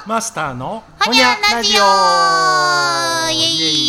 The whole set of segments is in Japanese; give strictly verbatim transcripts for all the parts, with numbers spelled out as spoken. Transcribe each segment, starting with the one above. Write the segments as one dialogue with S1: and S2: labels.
S1: マスターの
S2: ほにゃラジオイエ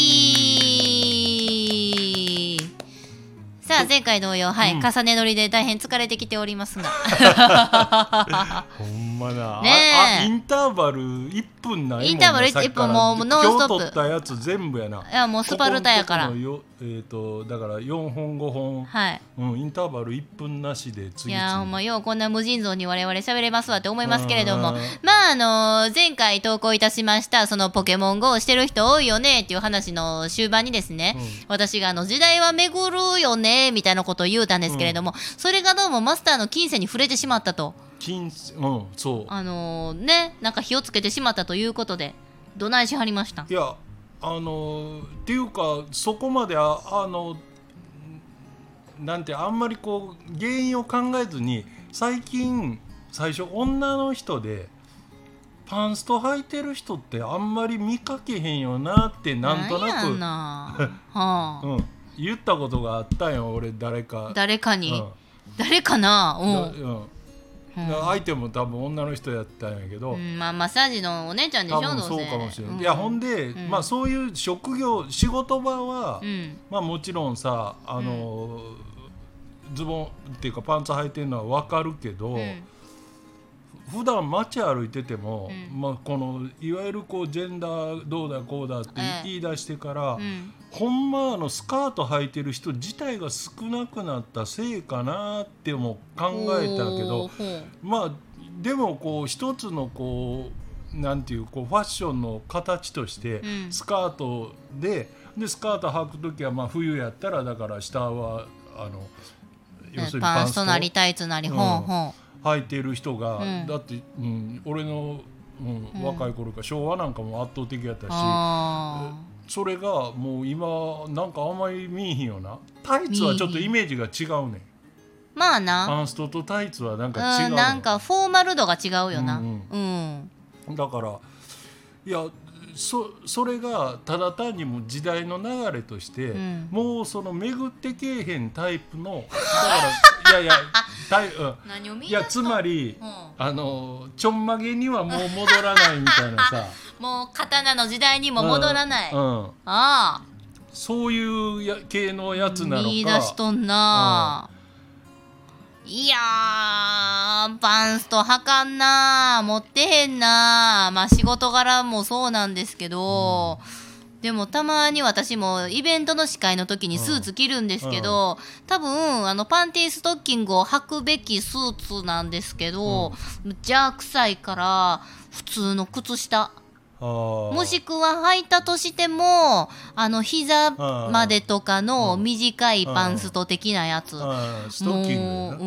S2: イ。さあ前回同様、はい、うん、重ね撮りで大変疲れてきておりますが
S1: ほんまな、
S2: ね
S1: ああインターバルいっぷんないもんな。
S2: インターバルいっぷんもうノンストップ。
S1: 今日撮ったやつ全部やな。
S2: いやもうスパルタやから
S1: ここのとこのよ、えー、とだからよんほんごほん、
S2: はい
S1: うん、インターバルいっぷんなしで次々。
S2: いやほんまようこんな無尽蔵に我々喋れますわって思いますけれども、まああのー、前回投稿いたしましたそのポケモン ゴー をしてる人多いよねっていう話の終盤にですね、うん、私があの時代は巡るよねみたいなことを言うたんですけれども、うん、それがどうもマスターの金銭に触れてしまったと。
S1: 金うんそう
S2: あのー、ねなんか火をつけてしまったということでどないしはりました？
S1: いやあのっていうかそこまでああのなんてあんまりこう原因を考えずに最近最初女の人でパンスト履いてる人ってあんまり見かけへんよなってなんとなく
S2: なんやな、はあ
S1: うん、言ったことがあったんよ俺誰か
S2: 誰かに、
S1: うん、
S2: 誰かな、うん
S1: うんうん、相手も多分女の人やったんやけど、
S2: うん、まあマッサージのお姉ちゃんでしょ。
S1: 多分そうかもしれない、
S2: うん、
S1: いやほんで、うん、まあそういう職業仕事場は、
S2: うん、
S1: まあもちろんさあの、うん、ズボンっていうかパンツ履いてるのは分かるけど、うん、普段街歩いてても、うん、まあこのいわゆるこうジェンダーどうだこうだって言い出してから、ええうん、ほんまあのスカート履いてる人自体が少なくなったせいかなっても考えたけど、まあでもこう一つのこうなんていうこうファッションの形としてスカートで、うん、でスカート履くときはまあ冬やったらだから下はあの
S2: 要するにパンストなりタイツなり、うん、ほんほん
S1: 履いてる人が、うん、だって、うん、俺の、うんうん、若い頃か昭和なんかも圧倒的やったし、それがもう今なんかあんまり見えへんよな。タイツはちょっとイメージが違うねん。
S2: まあな
S1: パンストとタイツはなんか違う、
S2: うん、なんかフォーマル度が違うよな、うん
S1: うんうん、だからいや そ, それがただ単にも時代の流れとして、うん、もうその巡ってけえへんタイプのだからいやいやタイ、うん、
S2: 何を見
S1: いやつまり、うん、あのちょんまげにはもう戻らないみたいなさ
S2: もう刀の時代にも戻らない、
S1: うんうん、
S2: ああ
S1: そういうや系のやつなのか
S2: 見出しとんな、うん、いやーパンストはかんな持ってへんな。まあ仕事柄もそうなんですけど、うん、でもたまに私もイベントの司会の時にスーツ着るんですけど、うん、多分あのパンティーストッキングを履くべきスーツなんですけど、うん、じゃあ臭いから普通の靴下もしくは履いたとしてもあの膝までとかの短いパンスト的なやつ、
S1: ストッキング、うん
S2: うん、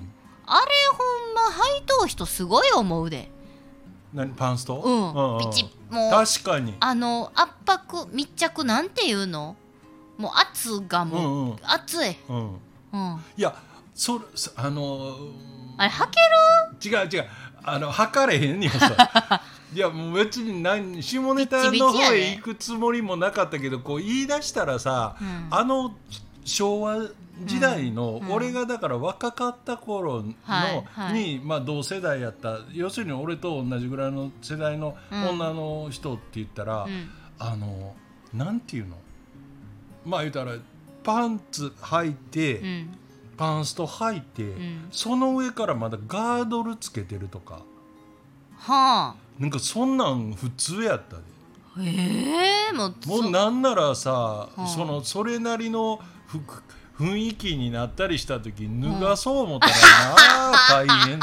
S2: あれほんま履いとう人すごい思うで。
S1: 何パンスト？
S2: うん、ピチッもう
S1: 確かに
S2: あの圧迫密着なんていうのもう圧がもう、うんうん、熱い、うん
S1: うん、いやそあのー、
S2: あれ履け
S1: る？違う違うあの履かれへんにもさいやもう別に何下ネタの方へ行くつもりもなかったけど、こう言い出したらさ、うん、あの昭和時代の、うん、俺がだから若かった頃の、はいはい、に、まあ、同世代やった要するに俺と同じぐらいの世代の女の人って言ったら、うん、あのなんていうのまあ言ったらパンツ履いて、うん、パンスト履いて、うん、その上からまだガードルつけてるとか
S2: はあ
S1: なんかそんなん普通やったで。
S2: えー、もう
S1: もうなんならさ、はあ、そのそれなりの雰囲気になったりした時脱がそう思ったらな、はあ、大変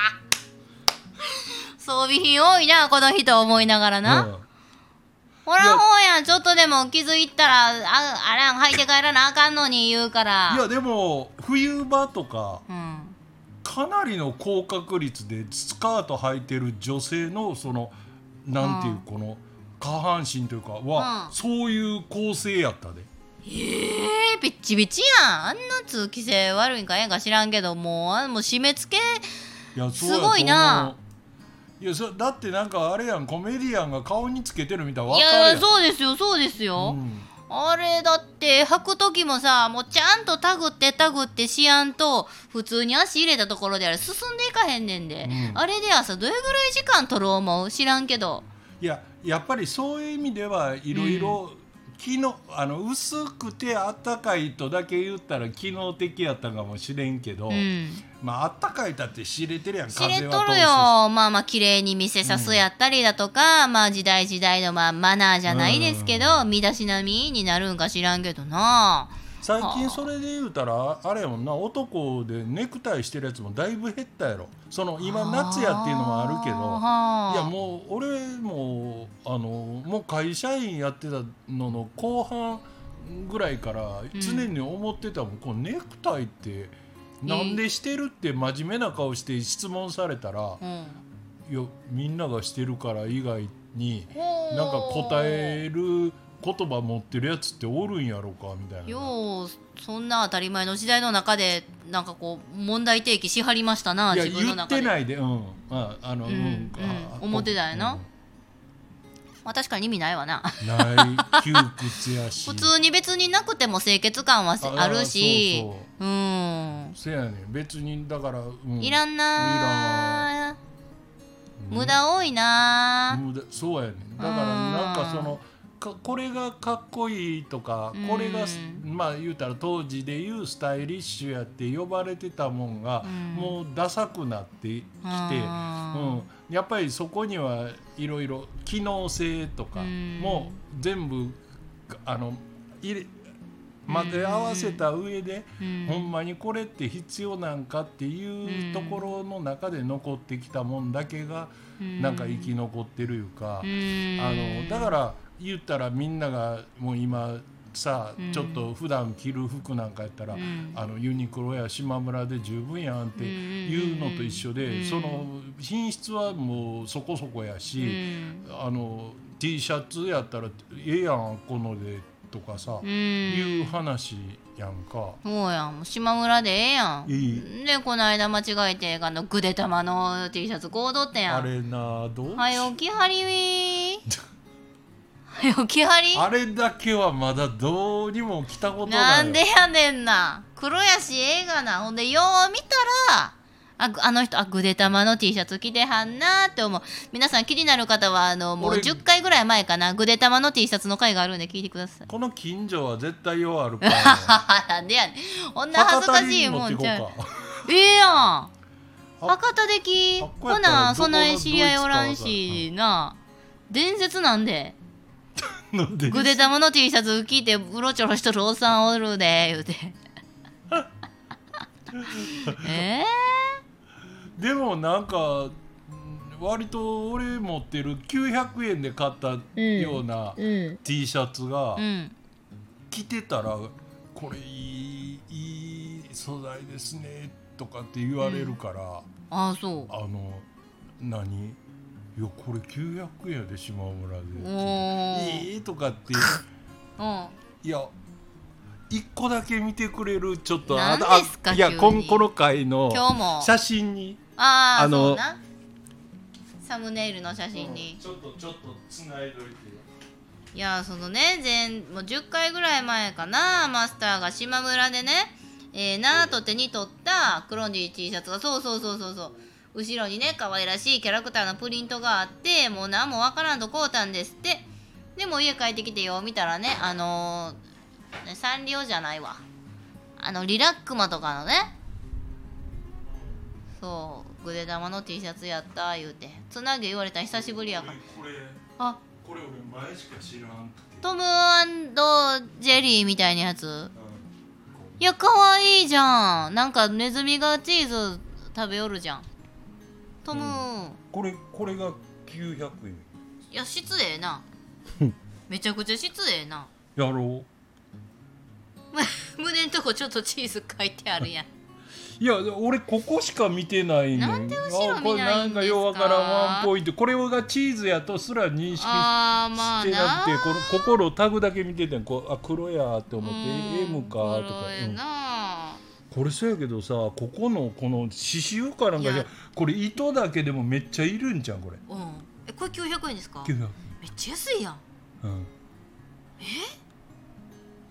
S2: 装備品多いなこの人思いながらな、うん、ほらほうやんちょっとでも傷いったら あ, あらん履いて帰らなあかんのに言うから。
S1: いやでも冬場とか、うんかなりの高確率でスカート履いてる女性のそのなんていうこの下半身というかは、うん、そういう構成やったで。
S2: えー、ピッチピチやん。あんな通気性悪いんかええんか知らんけどもうあもう締め付けすごいな。
S1: いやそだってなんかあれやんコメディアンが顔につけてるみたいな分かるやん。
S2: いやそうですよそうですよ、うん、 あれだって履く時もさ、もうちゃんとタグってタグってしやんと普通に足入れたところであれ進んでいかへんねんで、うん、あれではさどれぐらい時間取る思う？知らんけど。
S1: いややっぱりそういう意味ではいろいろ機能、あの薄くてあったかいとだけ言ったら機能的やったかもしれんけど、うん、まああったかいだって知れてるやん。
S2: 知れとるよ。まあまあ綺麗に見せさすやったりだとか、うん、まあ時代時代のまあマナーじゃないですけど、うん、身だしなみになるんか知らんけどな。
S1: 最近それで言うたらあれやもんな、男でネクタイしてるやつもだいぶ減ったやろ。その今夏やっていうのもあるけど、いやもう俺もあのもう会社員やってたのの後半ぐらいから常に思ってたもん、うん、このネクタイってなんでしてるって真面目な顔して質問されたら、うん、いやみんながしてるから以外になんか答える言葉持ってるやつっておるんやろかみたいな。
S2: ようそんな当たり前の時代の中でなんかこう問題提起しはりましたな。
S1: いや
S2: 自分の中で
S1: 言ってないで、うん、ああの、うんうん、
S2: 思ってたよな、うん、まあ確かに意味ないわな。
S1: ない窮屈やし
S2: 普通に別になくても清潔感はあるし、そうそう、うん、
S1: せやねん別にだから、うん、
S2: いらんな、うん、無駄多いな。
S1: 無駄そうやねん。だからなんかそのこれがかっこいいとか、これがまあ言うたら当時で言うスタイリッシュやって呼ばれてたもんがもうダサくなってきて、うん、やっぱりそこにはいろいろ機能性とかも全部あの入れ混ぜ合わせた上で、ほんまにこれって必要なんかっていうところの中で残ってきたもんだけがなんか生き残ってるいうか、あのだから言ったらみんながもう今さ、うん、ちょっと普段着る服なんかやったら、うん、あのユニクロやしまむらで十分やんっていうのと一緒で、うん、その品質はもうそこそこやし、うん、あの T シャツやったらええやんこのでとかさ、うん、いう話やんか。
S2: そうやん、しまむらでええやん。いいでこの間間違えてあのぐでたまの T シャツこうどってやん。
S1: あれなどう
S2: はよきはりみよきはり
S1: あれだけはまだどうにも着たことない。
S2: なんでやねんな。黒やし映画な。ほんでよう見たらあ, あの人あぐでたまの T シャツ着てはんなって思う。皆さん気になる方はあのもうじゅっかいぐらい前かなぐでたまの T シャツの回があるんで聞いてください。
S1: この近所は絶対ようあるから、ね、
S2: なんでやねん。こんな恥ずかしいもんじゃん。ええやん博多できほなそんな知り合いおらんしな。伝説なんでぐでたまの T シャツ着てうろちょろしとるおっさんおるで言うてえ
S1: ー、でもなんか割と俺持ってるきゅうひゃくえんで買ったような T シャツが着てたらこれいい、いい素材ですねとかって言われるから、うん、
S2: あそう
S1: あの何いやこれきゅうひゃくえんやで島村でいいとかっていやいっこだけ見てくれるちょっと
S2: 何ですか
S1: いやこの回の写真に
S2: ああのそうなサムネイルの写真に、
S1: うん、ちょっとちょっとつないどいてよ。
S2: いやそのね前もうじゅっかいぐらい前かなマスターが島村でねええー、なーと手に取ったクロンジー T シャツがそうそうそうそうそう後ろにね可愛らしいキャラクターのプリントがあってもう何もわからんと買うたんですって。でも家帰ってきてよ見たらねあのー、サンリオじゃないわあのリラックマとかのねそうぐでたまの T シャツやった言うてつなげ言われたら久しぶりやから
S1: これ
S2: あ
S1: これ俺前しか知らんくて
S2: トム&ジェリーみたいなやつ、うん、いや可愛いじゃん。なんかネズミがチーズ食べよるじゃんトム、うん、
S1: これこれがきゅうひゃくえん。
S2: いや質ええなめちゃくちゃ質ええな。
S1: やろう
S2: 胸んとこちょっとチーズ書いてあるやん
S1: いや俺ここしか見てないねん。
S2: なんで後ろ見ないんですか。
S1: なんかようわからんワンポイントこれがチーズやとすら認識してなくてこの心タグだけ見ててんこあ黒やって思って M かとか、うん、これそうやけどさここのこの刺繍かなんかじゃこれ糸だけでもめっちゃいるんじゃんこれ、
S2: うん、えこれきゅうひゃくえんですか。
S1: きゅうひゃく
S2: めっちゃ安いやん、
S1: うん、
S2: え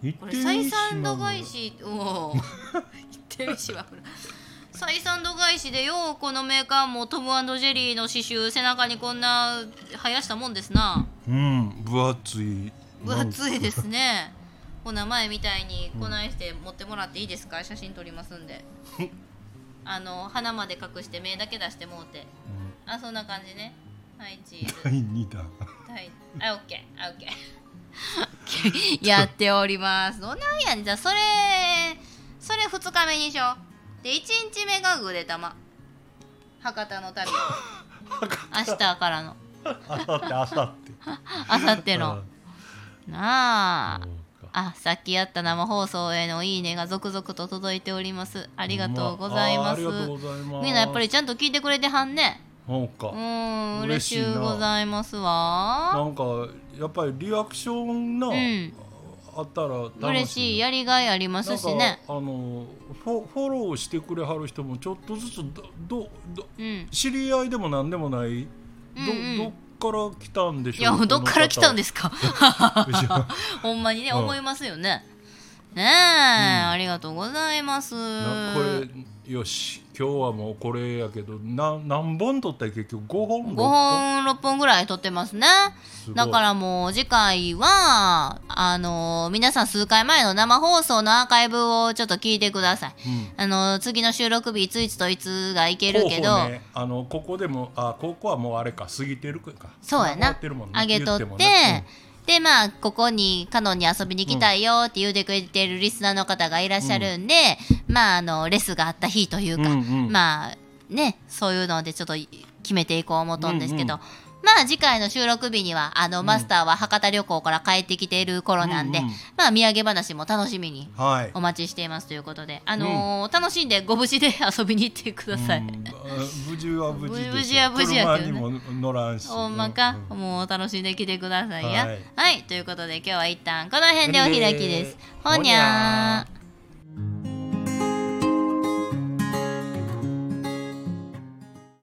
S2: これ採算度外視おお手飯は採算度外視でようこのメーカーもトム&ジェリーの刺繍背中にこんな生やしたもんですな。
S1: うん分厚い
S2: 分厚いですね。こんな前みたいにこないして持ってもらっていいですか、写真撮りますんであの鼻まで隠して目だけ出してもうて、うん、あそんな感じね。はいチーズ
S1: だいにだん
S2: はいあオッケーあオッケーやっております。どんなんやねん。じゃあそれそれふつかめにしよう。でいちにちめがぐでたま博多の旅明日からの
S1: あさってあさって
S2: あさってのなああさっきやった生放送へのいいねが続々と届いております。ありがとうございます。
S1: まあ、ありがとうございます。
S2: みんなやっぱりちゃんと聞いてくれてはんね。
S1: そうか。
S2: うん嬉しゅうございますわ。
S1: なんかやっぱりリアクションな、うん、あったら楽しい。
S2: 嬉しいやりがいありますしね。
S1: あのフォ、フォローしてくれはる人もちょっとずつどどど、うん、知り合いでもなんでもない、うんうん、どどっから来たんでしょう。
S2: いやどっから来たんですかほんまにね、うん、思いますよね。ねえ、うん、ありがとうございます。
S1: これよし今日はもうこれやけどな何本撮ったら結局ごほん
S2: ごほんろっぽんぐらい撮ってますね。だからもう次回はあのー、皆さん数回前の生放送のアーカイブをちょっと聞いてください、うん、あのー、次の収録日いついつといつがいけるけど、
S1: ね、あのここでもあここはもうあれか過ぎてるか
S2: そうやな、あげとって、ね、うん、でまあここにカノンに遊びに来たいよって言うてくれてるリスナーの方がいらっしゃるんで、うん、まああのレスがあった日というか、うんうん、まあねそういうのでちょっと決めていこう思とんですけど、うんうん、まあ次回の収録日にはあの、うん、マスターは博多旅行から帰ってきている頃なんで、うんうん、まあ土産話も楽しみにお待ちしていますということで、はい、あのーうん、楽しんでご無事で遊びに行ってください、うん、
S1: 無事は無事でしょ。
S2: 無事は無事やけどね、
S1: 車にも乗らんし
S2: ほんまか、うん、もう楽しんできてくださいや、はい、はい、ということで今日は一旦この辺でお開きです。ほにゃー。